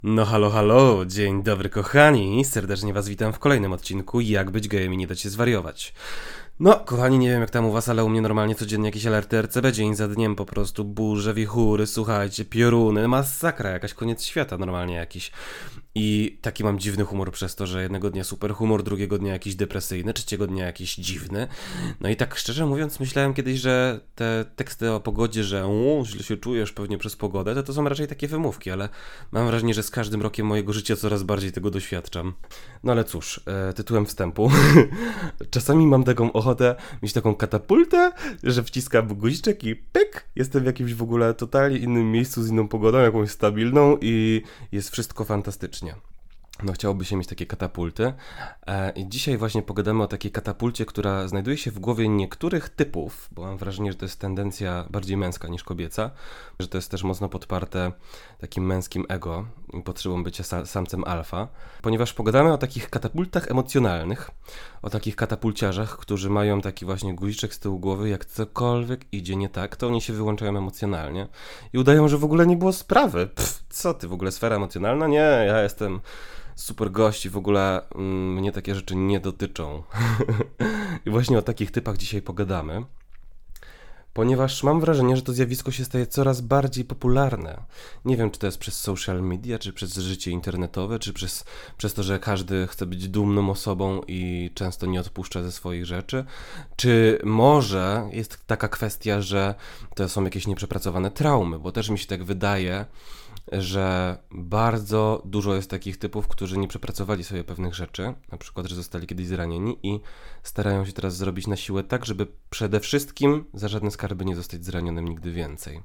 No halo, halo, dzień dobry kochani, serdecznie was witam w kolejnym odcinku Jak być gejem i nie dać się zwariować. No, kochani, nie wiem jak tam u was, ale u mnie normalnie codziennie jakieś alerty RCB, dzień za dniem po prostu burze, wichury, słuchajcie, pioruny, masakra, jakaś koniec świata normalnie jakiś. I taki mam dziwny humor przez to, że jednego dnia super humor, drugiego dnia jakiś depresyjny, trzeciego dnia jakiś dziwny. No i tak szczerze mówiąc myślałem kiedyś, że te teksty o pogodzie, że źle się czujesz pewnie przez pogodę, to są raczej takie wymówki, ale mam wrażenie, że z każdym rokiem mojego życia coraz bardziej tego doświadczam. No ale cóż, tytułem wstępu. Czasami mam taką ochotę mieć taką katapultę, że wciskam guziczek i pyk, jestem w jakimś w ogóle totalnie innym miejscu z inną pogodą, jakąś stabilną i jest wszystko fantastycznie. No chciałoby się mieć takie katapulty i dzisiaj właśnie pogadamy o takiej katapulcie, która znajduje się w głowie niektórych typów, bo mam wrażenie, że to jest tendencja bardziej męska niż kobieca, że to jest też mocno podparte takim męskim ego i potrzebą bycia samcem alfa, ponieważ pogadamy o takich katapultach emocjonalnych, o takich katapulciarzach, którzy mają taki właśnie guziczek z tyłu głowy, jak cokolwiek idzie nie tak, to oni się wyłączają emocjonalnie i udają, że w ogóle nie było sprawy. Co ty, w ogóle sfera emocjonalna? Nie, ja jestem super gość i w ogóle mnie takie rzeczy nie dotyczą. I właśnie o takich typach dzisiaj pogadamy, ponieważ mam wrażenie, że to zjawisko się staje coraz bardziej popularne. Nie wiem, czy to jest przez social media, czy przez życie internetowe, czy przez to, że każdy chce być dumną osobą i często nie odpuszcza ze swoich rzeczy, czy może jest taka kwestia, że to są jakieś nieprzepracowane traumy, bo też mi się tak wydaje, że bardzo dużo jest takich typów, którzy nie przepracowali sobie pewnych rzeczy, na przykład, że zostali kiedyś zranieni i starają się teraz zrobić na siłę tak, żeby przede wszystkim za żadne skarby nie zostać zranionym nigdy więcej.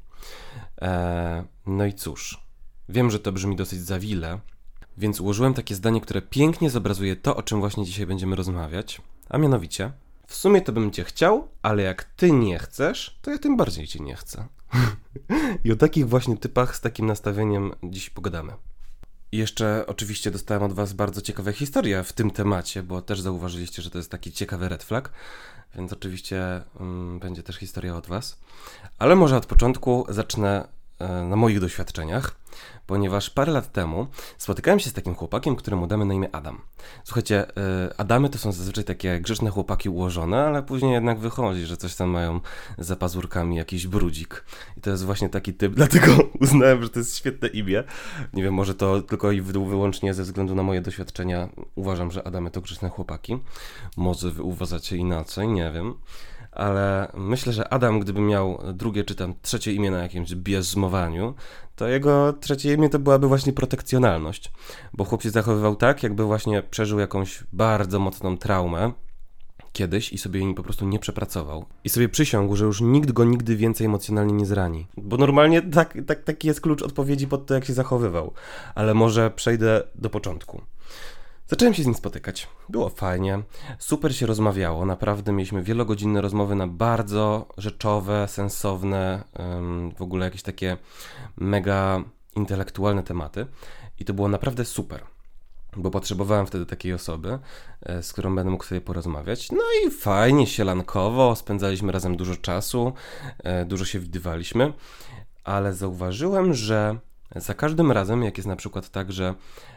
No i cóż, wiem, że to brzmi dosyć zawile, więc ułożyłem takie zdanie, które pięknie zobrazuje to, o czym właśnie dzisiaj będziemy rozmawiać, a mianowicie: w sumie to bym cię chciał, ale jak ty nie chcesz, to ja tym bardziej cię nie chcę. I o takich właśnie typach z takim nastawieniem dziś pogadamy. I jeszcze oczywiście dostałem od was bardzo ciekawe historie w tym temacie, bo też zauważyliście, że to jest taki ciekawy red flag, więc oczywiście będzie też historia od was. Ale może od początku zacznę na moich doświadczeniach, ponieważ parę lat temu spotykałem się z takim chłopakiem, któremu damy na imię Adam. Słuchajcie, Adamy to są zazwyczaj takie grzeczne chłopaki ułożone, ale później jednak wychodzi, że coś tam mają za pazurkami, jakiś brudzik. I to jest właśnie taki typ, dlatego uznałem, że to jest świetne imię. Nie wiem, może to tylko i wyłącznie ze względu na moje doświadczenia uważam, że Adamy to grzeczne chłopaki. Może wy uważacie inaczej, nie wiem. Ale myślę, że Adam, gdyby miał drugie czy tam trzecie imię na jakimś bierzmowaniu, to jego trzecie imię to byłaby właśnie protekcjonalność. Bo chłop się zachowywał tak, jakby właśnie przeżył jakąś bardzo mocną traumę kiedyś i sobie jej po prostu nie przepracował. I sobie przysiągł, że już nikt go nigdy więcej emocjonalnie nie zrani. Bo normalnie taki jest klucz odpowiedzi pod to, jak się zachowywał. Ale może przejdę do początku. Zacząłem się z nim spotykać. Było fajnie, super się rozmawiało, naprawdę mieliśmy wielogodzinne rozmowy na bardzo rzeczowe, sensowne, w ogóle jakieś takie mega intelektualne tematy i to było naprawdę super, bo potrzebowałem wtedy takiej osoby, z którą będę mógł sobie porozmawiać. No i fajnie, sielankowo, spędzaliśmy razem dużo czasu, dużo się widywaliśmy, ale zauważyłem, że za każdym razem, jak jest na przykład tak, że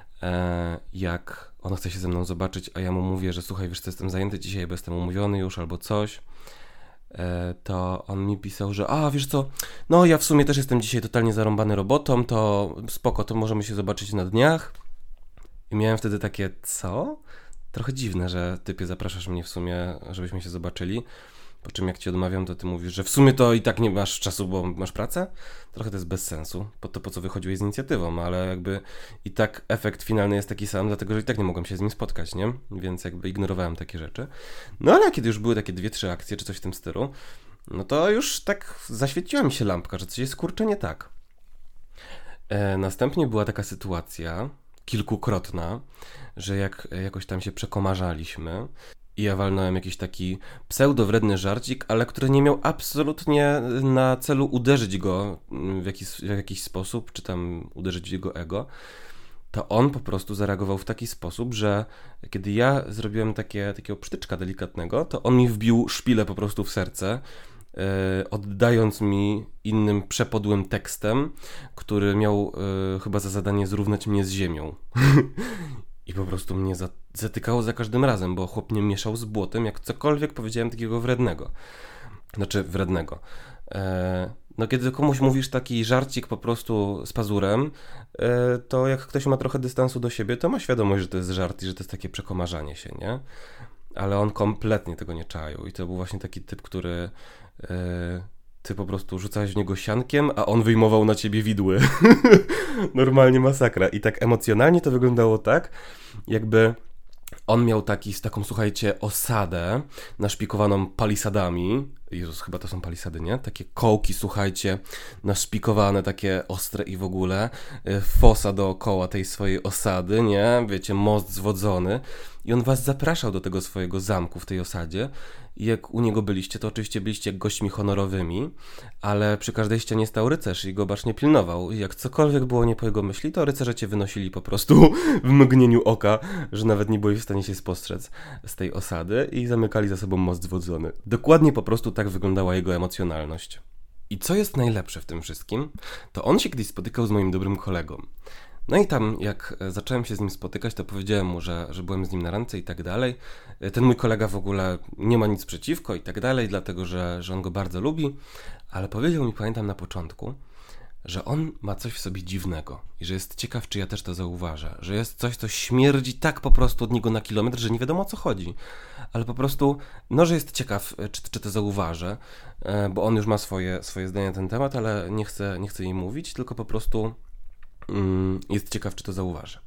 jak on chce się ze mną zobaczyć, a ja mu mówię, że słuchaj, wiesz co, jestem zajęty dzisiaj, bo jestem umówiony już albo coś, to on mi pisał, że wiesz co, no ja w sumie też jestem dzisiaj totalnie zarąbany robotą, to spoko, to możemy się zobaczyć na dniach. I miałem wtedy takie, co? Trochę dziwne, że typie zapraszasz mnie w sumie, żebyśmy się zobaczyli. Po czym jak ci odmawiam, to ty mówisz, że w sumie to i tak nie masz czasu, bo masz pracę? Trochę to jest bez sensu, po co wychodziłeś z inicjatywą, ale jakby i tak efekt finalny jest taki sam, dlatego że i tak nie mogłem się z nim spotkać, nie? Więc jakby ignorowałem takie rzeczy. No ale kiedy już były takie 2-3 akcje, czy coś w tym stylu, no to już tak zaświeciła mi się lampka, że coś jest kurczę nie tak. Następnie była taka sytuacja, kilkukrotna, że jak jakoś tam się przekomarzaliśmy, i ja walnąłem jakiś taki pseudowredny żarcik, ale który nie miał absolutnie na celu uderzyć go w jakiś sposób, czy tam uderzyć w jego ego, to on po prostu zareagował w taki sposób, że kiedy ja zrobiłem takiego przytyczka delikatnego, to on mi wbił szpilę po prostu w serce oddając mi innym przepodłym tekstem, który miał chyba za zadanie zrównać mnie z ziemią. I po prostu mnie zatykało za każdym razem, bo chłop mnie mieszał z błotem, jak cokolwiek powiedziałem takiego wrednego. Znaczy wrednego. No kiedy komuś mówisz taki żarcik po prostu z pazurem, to jak ktoś ma trochę dystansu do siebie, to ma świadomość, że to jest żart i że to jest takie przekomarzanie się, nie? Ale on kompletnie tego nie czaił i to był właśnie taki typ, który ty po prostu rzucałeś w niego siankiem, a on wyjmował na ciebie widły. Normalnie masakra. I tak emocjonalnie to wyglądało tak, jakby on miał taką, słuchajcie, osadę naszpikowaną palisadami. Jezus, chyba to są palisady, nie? Takie kołki, słuchajcie, naszpikowane, takie ostre i w ogóle. Fosa dookoła tej swojej osady, nie? Wiecie, most zwodzony. I on was zapraszał do tego swojego zamku w tej osadzie. I jak u niego byliście, to oczywiście byliście gośćmi honorowymi, ale przy każdej ścianie stał rycerz i go bacznie pilnował. I jak cokolwiek było nie po jego myśli, to rycerze cię wynosili po prostu w mgnieniu oka, że nawet nie byłeś w stanie się spostrzec z tej osady i zamykali za sobą most zwodzony. Dokładnie po prostu tak wyglądała jego emocjonalność. I co jest najlepsze w tym wszystkim, to on się kiedyś spotykał z moim dobrym kolegą. No i tam, jak zacząłem się z nim spotykać, to powiedziałem mu, że byłem z nim na randce i tak dalej. Ten mój kolega w ogóle nie ma nic przeciwko i tak dalej, dlatego że on go bardzo lubi, ale powiedział mi, pamiętam na początku, że on ma coś w sobie dziwnego i że jest ciekaw, czy ja też to zauważę, że jest coś, co śmierdzi tak po prostu od niego na kilometr, że nie wiadomo o co chodzi, ale po prostu, no, że jest ciekaw, czy to zauważę, bo on już ma swoje zdanie na ten temat, ale nie chce jej mówić, tylko po prostu jest ciekaw, czy to zauważy.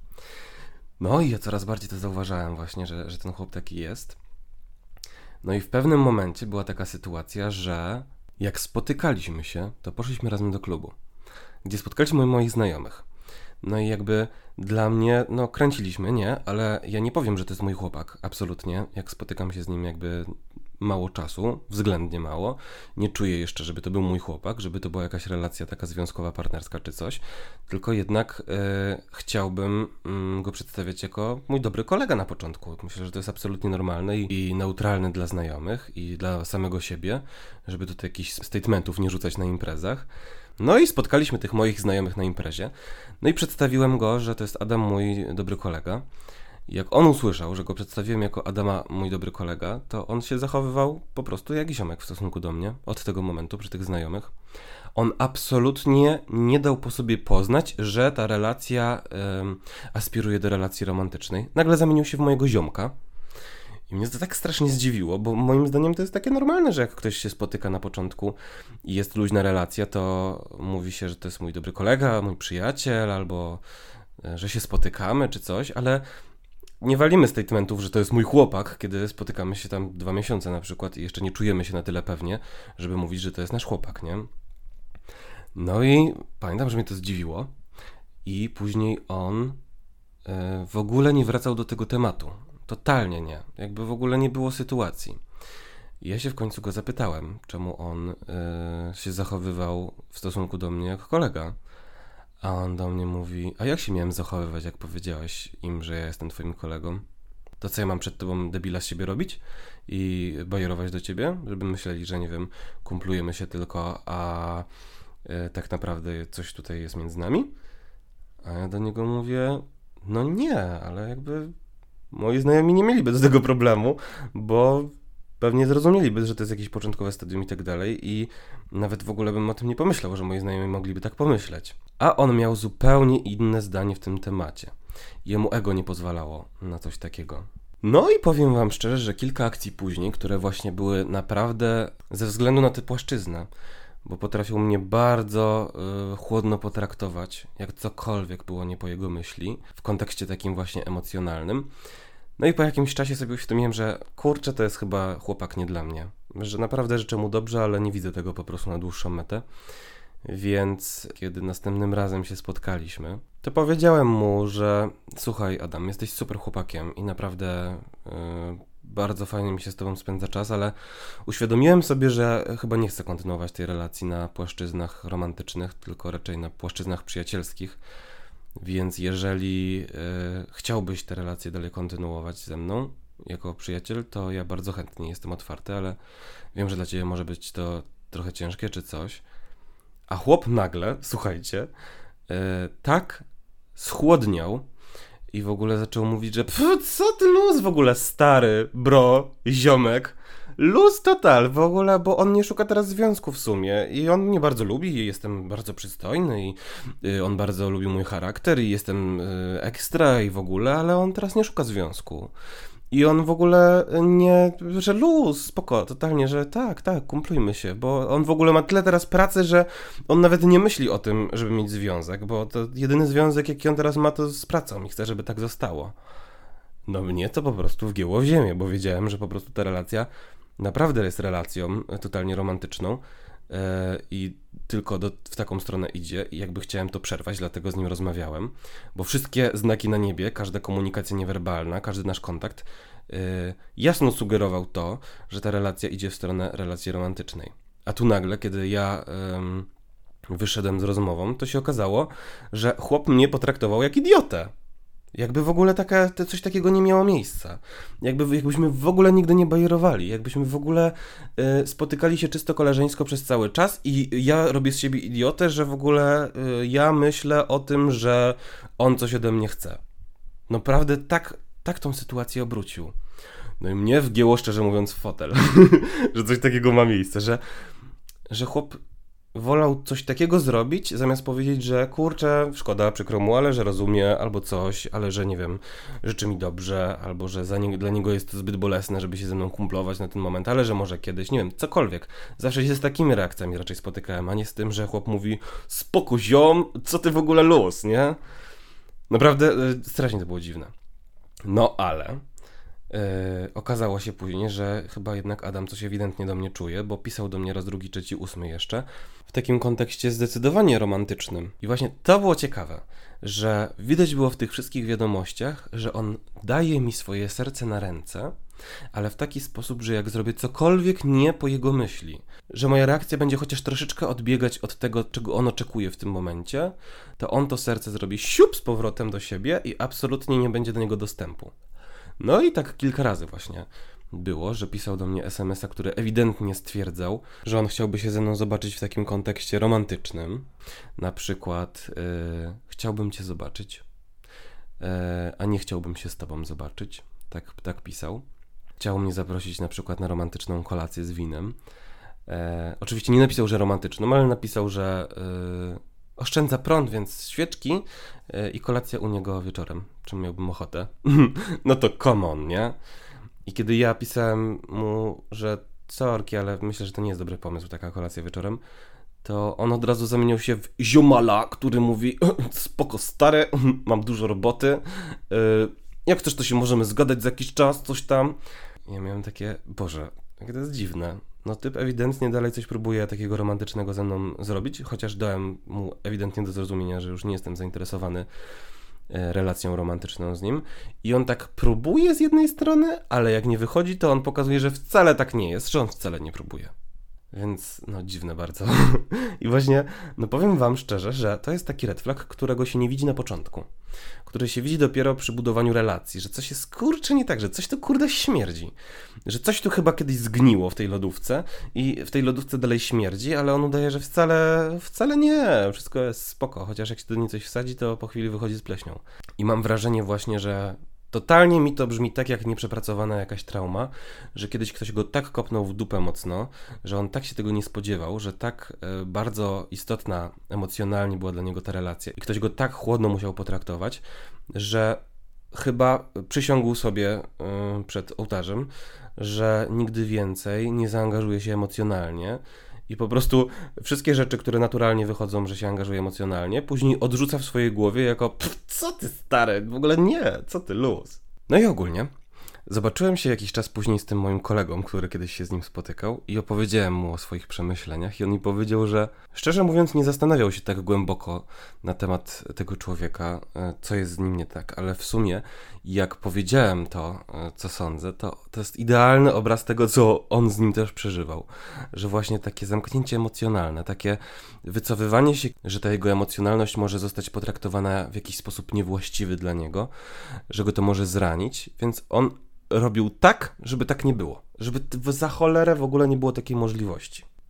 No i ja coraz bardziej to zauważałem właśnie, że ten chłop taki jest. No i w pewnym momencie była taka sytuacja, że jak spotykaliśmy się, to poszliśmy razem do klubu, gdzie spotkaliśmy moich znajomych. No i jakby dla mnie, no kręciliśmy, nie? Ale ja nie powiem, że to jest mój chłopak, absolutnie. Jak spotykam się z nim jakby mało czasu, względnie mało. Nie czuję jeszcze, żeby to był mój chłopak, żeby to była jakaś relacja taka związkowa, partnerska czy coś. Tylko jednak chciałbym go przedstawiać jako mój dobry kolega na początku. Myślę, że to jest absolutnie normalne i neutralne dla znajomych i dla samego siebie, żeby tutaj jakichś statementów nie rzucać na imprezach. No i spotkaliśmy tych moich znajomych na imprezie. No i przedstawiłem go, że to jest Adam, mój dobry kolega. I jak on usłyszał, że go przedstawiłem jako Adama, mój dobry kolega, to on się zachowywał po prostu jak ziomek w stosunku do mnie od tego momentu przy tych znajomych. On absolutnie nie dał po sobie poznać, że ta relacja aspiruje do relacji romantycznej. Nagle zamienił się w mojego ziomka. I mnie to tak strasznie zdziwiło, bo moim zdaniem to jest takie normalne, że jak ktoś się spotyka na początku i jest luźna relacja, to mówi się, że to jest mój dobry kolega, mój przyjaciel, albo że się spotykamy czy coś, ale nie walimy statementów, że to jest mój chłopak, kiedy spotykamy się tam 2 miesiące na przykład i jeszcze nie czujemy się na tyle pewnie, żeby mówić, że to jest nasz chłopak, nie? No i pamiętam, że mnie to zdziwiło i później on w ogóle nie wracał do tego tematu. Totalnie nie. Jakby w ogóle nie było sytuacji. I ja się w końcu go zapytałem, czemu on się zachowywał w stosunku do mnie jak kolega. A on do mnie mówi, a jak się miałem zachowywać, jak powiedziałeś im, że ja jestem twoim kolegą? To co, ja mam przed tobą debila z siebie robić? I bajerować do ciebie? Żeby myśleli, że nie wiem, kumplujemy się tylko, a tak naprawdę coś tutaj jest między nami? A ja do niego mówię, no nie, ale jakby moi znajomi nie mieliby do tego problemu, bo pewnie zrozumieliby, że to jest jakieś początkowe stadium i tak dalej i nawet w ogóle bym o tym nie pomyślał, że moi znajomi mogliby tak pomyśleć. A on miał zupełnie inne zdanie w tym temacie. Jemu ego nie pozwalało na coś takiego. No i powiem wam szczerze, że kilka akcji później, które właśnie były naprawdę ze względu na tę płaszczyznę, bo potrafił mnie bardzo chłodno potraktować, jak cokolwiek było nie po jego myśli, w kontekście takim właśnie emocjonalnym. No i po jakimś czasie sobie uświadomiłem, że kurczę, to jest chyba chłopak nie dla mnie. Że naprawdę życzę mu dobrze, ale nie widzę tego po prostu na dłuższą metę. Więc kiedy następnym razem się spotkaliśmy, to powiedziałem mu, że słuchaj Adam, jesteś super chłopakiem i naprawdę bardzo fajnie mi się z tobą spędza czas, ale uświadomiłem sobie, że chyba nie chcę kontynuować tej relacji na płaszczyznach romantycznych, tylko raczej na płaszczyznach przyjacielskich. Więc jeżeli chciałbyś tę relację dalej kontynuować ze mną jako przyjaciel, to ja bardzo chętnie jestem otwarty, ale wiem, że dla ciebie może być to trochę ciężkie czy coś. A chłop nagle, słuchajcie, tak schłodniał i w ogóle zaczął mówić, że co ty luz w ogóle, stary, bro, ziomek. Luz total w ogóle, bo on nie szuka teraz związku w sumie i on mnie bardzo lubi i jestem bardzo przystojny i on bardzo lubi mój charakter i jestem ekstra i w ogóle, ale on teraz nie szuka związku. I on w ogóle nie, że luz, spoko, totalnie, że tak, kumplujmy się, bo on w ogóle ma tyle teraz pracy, że on nawet nie myśli o tym, żeby mieć związek, bo to jedyny związek, jaki on teraz ma, to z pracą i chce, żeby tak zostało. No mnie to po prostu wgięło w ziemię, bo wiedziałem, że po prostu ta relacja naprawdę jest relacją totalnie romantyczną i tylko w taką stronę idzie i jakby chciałem to przerwać, dlatego z nim rozmawiałem, bo wszystkie znaki na niebie, każda komunikacja niewerbalna, każdy nasz kontakt jasno sugerował to, że ta relacja idzie w stronę relacji romantycznej. A tu nagle, kiedy ja wyszedłem z rozmową, to się okazało, że chłop mnie potraktował jak idiotę. Jakby w ogóle coś takiego nie miało miejsca. Jakbyśmy w ogóle nigdy nie bajerowali. Jakbyśmy w ogóle spotykali się czysto koleżeńsko przez cały czas i ja robię z siebie idiotę, że w ogóle ja myślę o tym, że on coś ode mnie chce. Naprawdę tak tą sytuację obrócił. No i mnie wgięło, szczerze mówiąc, w fotel, że coś takiego ma miejsce, że chłop wolał coś takiego zrobić, zamiast powiedzieć, że kurczę, szkoda, przykro mu, ale że rozumie, albo coś, ale że nie wiem, życzy mi dobrze, albo że dla niego jest to zbyt bolesne, żeby się ze mną kumplować na ten moment, ale że może kiedyś, nie wiem, cokolwiek. Zawsze się z takimi reakcjami raczej spotykałem, a nie z tym, że chłop mówi spoko ziom, co ty w ogóle luz, nie? Naprawdę strasznie to było dziwne. No ale okazało się później, że chyba jednak Adam coś ewidentnie do mnie czuje, bo pisał do mnie raz, drugi, trzeci, ósmy jeszcze, w takim kontekście zdecydowanie romantycznym. I właśnie to było ciekawe, że widać było w tych wszystkich wiadomościach, że on daje mi swoje serce na ręce, ale w taki sposób, że jak zrobię cokolwiek nie po jego myśli, że moja reakcja będzie chociaż troszeczkę odbiegać od tego, czego on oczekuje w tym momencie, to on to serce zrobi siup z powrotem do siebie i absolutnie nie będzie do niego dostępu. No i tak kilka razy właśnie było, że pisał do mnie SMS-a, który ewidentnie stwierdzał, że on chciałby się ze mną zobaczyć w takim kontekście romantycznym. Na przykład chciałbym cię zobaczyć, a nie chciałbym się z tobą zobaczyć. Tak pisał. Chciał mnie zaprosić na przykład na romantyczną kolację z winem. Oczywiście nie napisał, że romantyczną, ale napisał, że oszczędza prąd, więc świeczki i kolacja u niego wieczorem, czym miałbym ochotę. No to come on, nie? I kiedy ja pisałem mu, że sorki, ale myślę, że to nie jest dobry pomysł, taka kolacja wieczorem, to on od razu zamienił się w ziomala, który mówi spoko stary, mam dużo roboty, jak chcesz to się możemy zgadać za jakiś czas, coś tam. I ja miałem takie, Boże, jakie to jest dziwne. No typ ewidentnie dalej coś próbuje takiego romantycznego ze mną zrobić, chociaż dałem mu ewidentnie do zrozumienia, że już nie jestem zainteresowany relacją romantyczną z nim. I on tak próbuje z jednej strony, ale jak nie wychodzi, to on pokazuje, że wcale tak nie jest, że on wcale nie próbuje. Więc no dziwne bardzo. I właśnie, no powiem wam szczerze, że to jest taki red flag, którego się nie widzi na początku. Który się widzi dopiero przy budowaniu relacji, że coś jest kurczę nie tak, że coś tu kurde śmierdzi. Że coś tu chyba kiedyś zgniło w tej lodówce i w tej lodówce dalej śmierdzi, ale on udaje, że wcale nie, wszystko jest spoko, chociaż jak się do niej coś wsadzi, to po chwili wychodzi z pleśnią. I mam wrażenie właśnie, że totalnie mi to brzmi tak jak nieprzepracowana jakaś trauma, że kiedyś ktoś go tak kopnął w dupę mocno, że on tak się tego nie spodziewał, że tak bardzo istotna emocjonalnie była dla niego ta relacja i ktoś go tak chłodno musiał potraktować, że chyba przysiągł sobie przed ołtarzem, że nigdy więcej nie zaangażuje się emocjonalnie i po prostu wszystkie rzeczy, które naturalnie wychodzą, że się angażuje emocjonalnie, później odrzuca w swojej głowie jako co ty stary, w ogóle nie, co ty luz. No i ogólnie zobaczyłem się jakiś czas później z tym moim kolegą, który kiedyś się z nim spotykał i opowiedziałem mu o swoich przemyśleniach i on mi powiedział, że szczerze mówiąc nie zastanawiał się tak głęboko na temat tego człowieka, co jest z nim nie tak, ale w sumie jak powiedziałem to, co sądzę, to jest idealny obraz tego, co on z nim też przeżywał, że właśnie takie zamknięcie emocjonalne, takie wycofywanie się, że ta jego emocjonalność może zostać potraktowana w jakiś sposób niewłaściwy dla niego, że go to może zranić, więc on robił tak, żeby tak nie było. Żeby za cholerę w ogóle nie było takiej możliwości.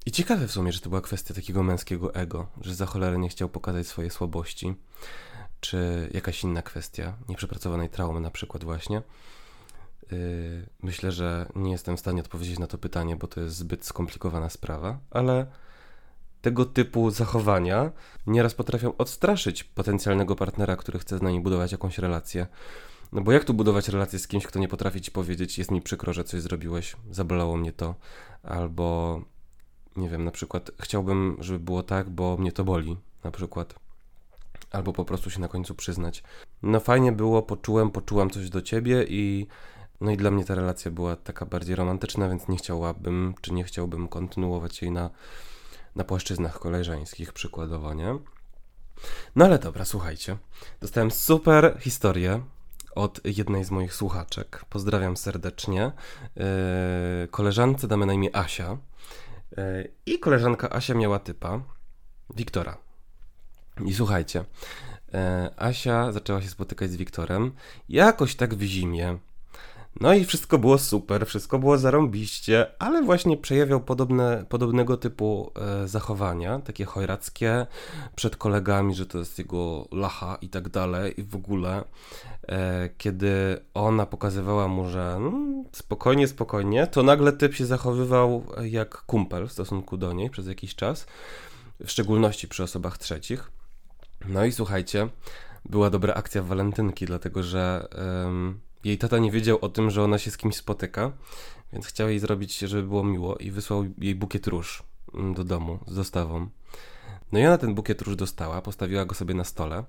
I ciekawe w sumie, że to była kwestia takiego męskiego ego, że za cholerę nie chciał pokazać swojej słabości, czy jakaś inna kwestia, nieprzepracowanej traumy na przykład właśnie. Myślę, że nie jestem w stanie odpowiedzieć na to pytanie, bo to jest zbyt skomplikowana sprawa, ale tego typu zachowania nieraz potrafią odstraszyć potencjalnego partnera, który chce z nami budować jakąś relację. No bo jak tu budować relację z kimś, kto nie potrafi ci powiedzieć, jest mi przykro, że coś zrobiłeś, zabolało mnie to, albo nie wiem, na przykład chciałbym, żeby było tak, bo mnie to boli, na przykład. Albo po prostu się na końcu przyznać. No fajnie było, poczułam coś do ciebie i no i dla mnie ta relacja była taka bardziej romantyczna, więc nie chciałbym kontynuować jej na płaszczyznach koleżeńskich przykładowo, nie? No ale dobra, słuchajcie. Dostałem super historię od jednej z moich słuchaczek. Pozdrawiam serdecznie. Koleżance damy na imię Asia. I koleżanka Asia miała typa Wiktora. I słuchajcie, Asia zaczęła się spotykać z Wiktorem jakoś tak w zimie. No i wszystko było super, wszystko było zarąbiście, ale właśnie przejawiał podobnego typu zachowania, takie chojrackie przed kolegami, że to jest jego lacha i tak dalej i w ogóle. Kiedy ona pokazywała mu, że spokojnie, to nagle typ się zachowywał jak kumpel w stosunku do niej przez jakiś czas, w szczególności przy osobach trzecich. No i słuchajcie, była dobra akcja w walentynki, dlatego że jej tata nie wiedział o tym, że ona się z kimś spotyka, więc chciał jej zrobić, żeby było miło i wysłał jej bukiet róż do domu z dostawą. No i ona ten bukiet róż dostała, postawiła go sobie na stole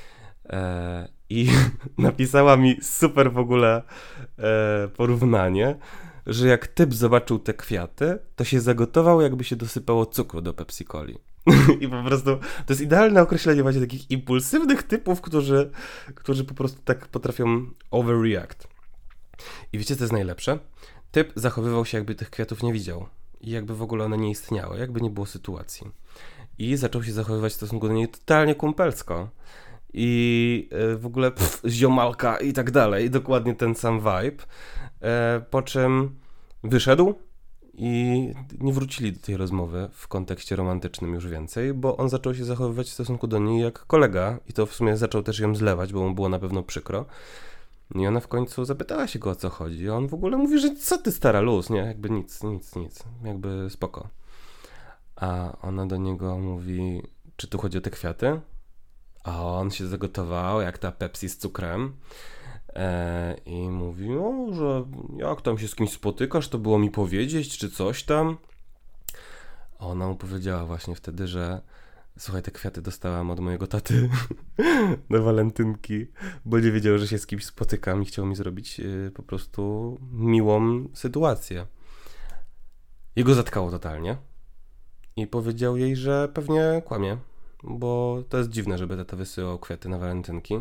i napisała mi super w ogóle porównanie, że jak typ zobaczył te kwiaty, to się zagotował, jakby się dosypało cukru do Pepsi-Coli. I po prostu to jest idealne określenie właśnie takich impulsywnych typów, którzy po prostu tak potrafią overreact. I wiecie, co jest najlepsze? Typ zachowywał się, jakby tych kwiatów nie widział. I jakby w ogóle one nie istniały, jakby nie było sytuacji. I zaczął się zachowywać w stosunku do niej totalnie kumpelsko. I w ogóle ziomalka i tak dalej. Dokładnie ten sam vibe. Po czym wyszedł i nie wrócili do tej rozmowy w kontekście romantycznym już więcej, bo on zaczął się zachowywać w stosunku do niej jak kolega i to w sumie zaczął też ją zlewać, bo mu było na pewno przykro. I ona w końcu zapytała się go, o co chodzi. A on w ogóle mówi, że co ty stara, luz, nie? Jakby nic, jakby spoko. A ona do niego mówi, czy tu chodzi o te kwiaty? A on się zagotował, jak ta Pepsi z cukrem. I mówi, no, że jak tam się z kimś spotykasz, to było mi powiedzieć, czy coś tam. A ona mu powiedziała właśnie wtedy, że słuchaj, te kwiaty dostałam od mojego taty na walentynki, bo nie wiedział, że się z kimś spotykam i chciał mi zrobić po prostu miłą sytuację. Jego zatkało totalnie i powiedział jej, że pewnie kłamie, bo to jest dziwne, żeby tata wysyłał kwiaty na walentynki.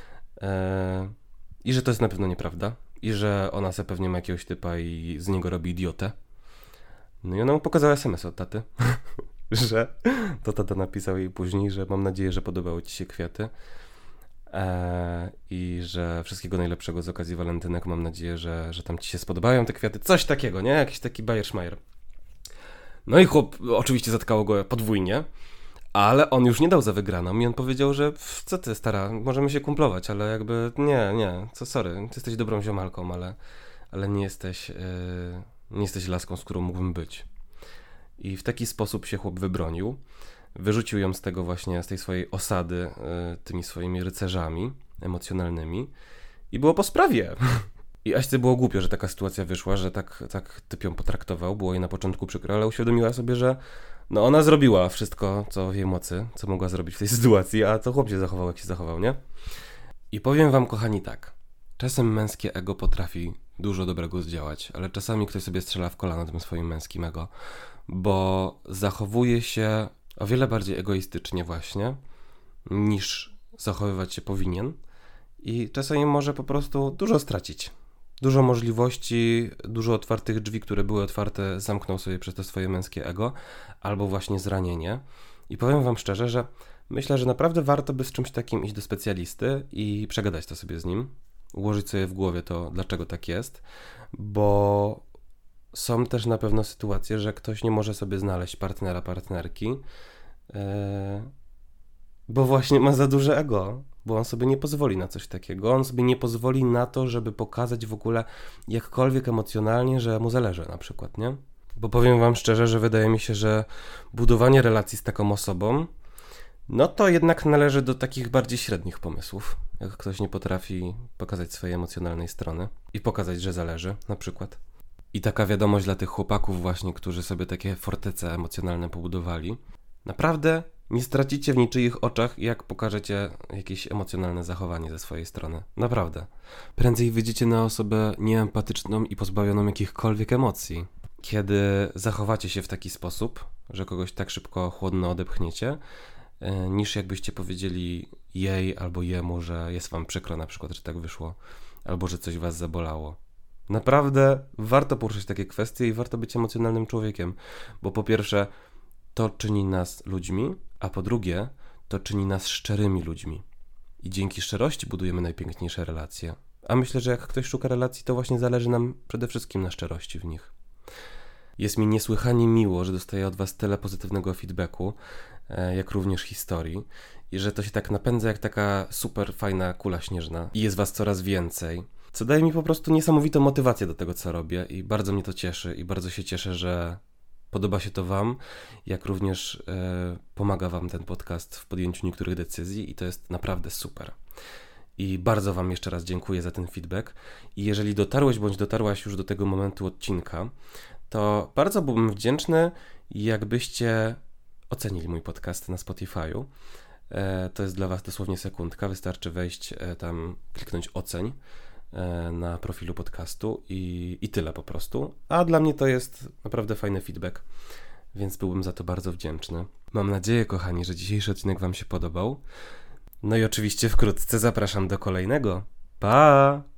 I że to jest na pewno nieprawda. I że ona se pewnie ma jakiegoś typa i z niego robi idiotę. No i ona mu pokazała SMS od taty, że to tata napisał jej później, że mam nadzieję, że podobały ci się kwiaty i że wszystkiego najlepszego z okazji walentynek. Mam nadzieję, że tam ci się spodobają te kwiaty. Coś takiego, nie? Jakiś taki bajerszmajer. No i chłop oczywiście zatkało go podwójnie. Ale on już nie dał za wygraną i on powiedział, że co ty stara, możemy się kumplować, ale jakby nie, sorry, ty jesteś dobrą ziomalką, ale nie jesteś laską, z którą mógłbym być. I w taki sposób się chłop wybronił, wyrzucił ją z tego właśnie, z tej swojej osady, tymi swoimi rycerzami emocjonalnymi i było po sprawie. I Aśce było głupio, że taka sytuacja wyszła, że tak typ ją potraktował, było jej na początku przykro, ale uświadomiła sobie, że no ona zrobiła wszystko, co w jej mocy, co mogła zrobić w tej sytuacji, a to chłop się zachował, jak się zachował, nie? I powiem wam, kochani, tak. Czasem męskie ego potrafi dużo dobrego zdziałać, ale czasami ktoś sobie strzela w kolano tym swoim męskim ego, bo zachowuje się o wiele bardziej egoistycznie właśnie, niż zachowywać się powinien i czasami może po prostu dużo stracić. Dużo możliwości, dużo otwartych drzwi, które były otwarte, zamknął sobie przez to swoje męskie ego, albo właśnie zranienie. I powiem wam szczerze, że myślę, że naprawdę warto by z czymś takim iść do specjalisty i przegadać to sobie z nim, ułożyć sobie w głowie to, dlaczego tak jest, bo są też na pewno sytuacje, że ktoś nie może sobie znaleźć partnera, partnerki, bo właśnie ma za duże ego, bo on sobie nie pozwoli na coś takiego, on sobie nie pozwoli na to, żeby pokazać w ogóle jakkolwiek emocjonalnie, że mu zależy na przykład, nie? Bo powiem wam szczerze, że wydaje mi się, że budowanie relacji z taką osobą, no to jednak należy do takich bardziej średnich pomysłów. Jak ktoś nie potrafi pokazać swojej emocjonalnej strony i pokazać, że zależy, na przykład. I taka wiadomość dla tych chłopaków właśnie, którzy sobie takie fortece emocjonalne pobudowali. Naprawdę nie stracicie w niczyich oczach, jak pokażecie jakieś emocjonalne zachowanie ze swojej strony. Naprawdę. Prędzej wyjdziecie na osobę nieempatyczną i pozbawioną jakichkolwiek emocji. Kiedy zachowacie się w taki sposób, że kogoś tak szybko chłodno odepchniecie, niż jakbyście powiedzieli jej albo jemu, że jest wam przykro na przykład, że tak wyszło, albo że coś was zabolało. Naprawdę warto poruszyć takie kwestie i warto być emocjonalnym człowiekiem, bo po pierwsze to czyni nas ludźmi, a po drugie to czyni nas szczerymi ludźmi. I dzięki szczerości budujemy najpiękniejsze relacje. A myślę, że jak ktoś szuka relacji, to właśnie zależy nam przede wszystkim na szczerości w nich. Jest mi niesłychanie miło, że dostaję od was tyle pozytywnego feedbacku, jak również historii i że to się tak napędza jak taka super fajna kula śnieżna i jest was coraz więcej, co daje mi po prostu niesamowitą motywację do tego, co robię i bardzo mnie to cieszy i bardzo się cieszę, że podoba się to wam, jak również pomaga wam ten podcast w podjęciu niektórych decyzji i to jest naprawdę super. I bardzo wam jeszcze raz dziękuję za ten feedback i jeżeli dotarłeś bądź dotarłaś już do tego momentu odcinka, to bardzo byłbym wdzięczny, jakbyście ocenili mój podcast na Spotify'u. To jest dla was dosłownie sekundka, wystarczy wejść tam, kliknąć oceń na profilu podcastu i tyle po prostu. A dla mnie to jest naprawdę fajny feedback, więc byłbym za to bardzo wdzięczny. Mam nadzieję, kochani, że dzisiejszy odcinek wam się podobał. No i oczywiście wkrótce zapraszam do kolejnego. Pa!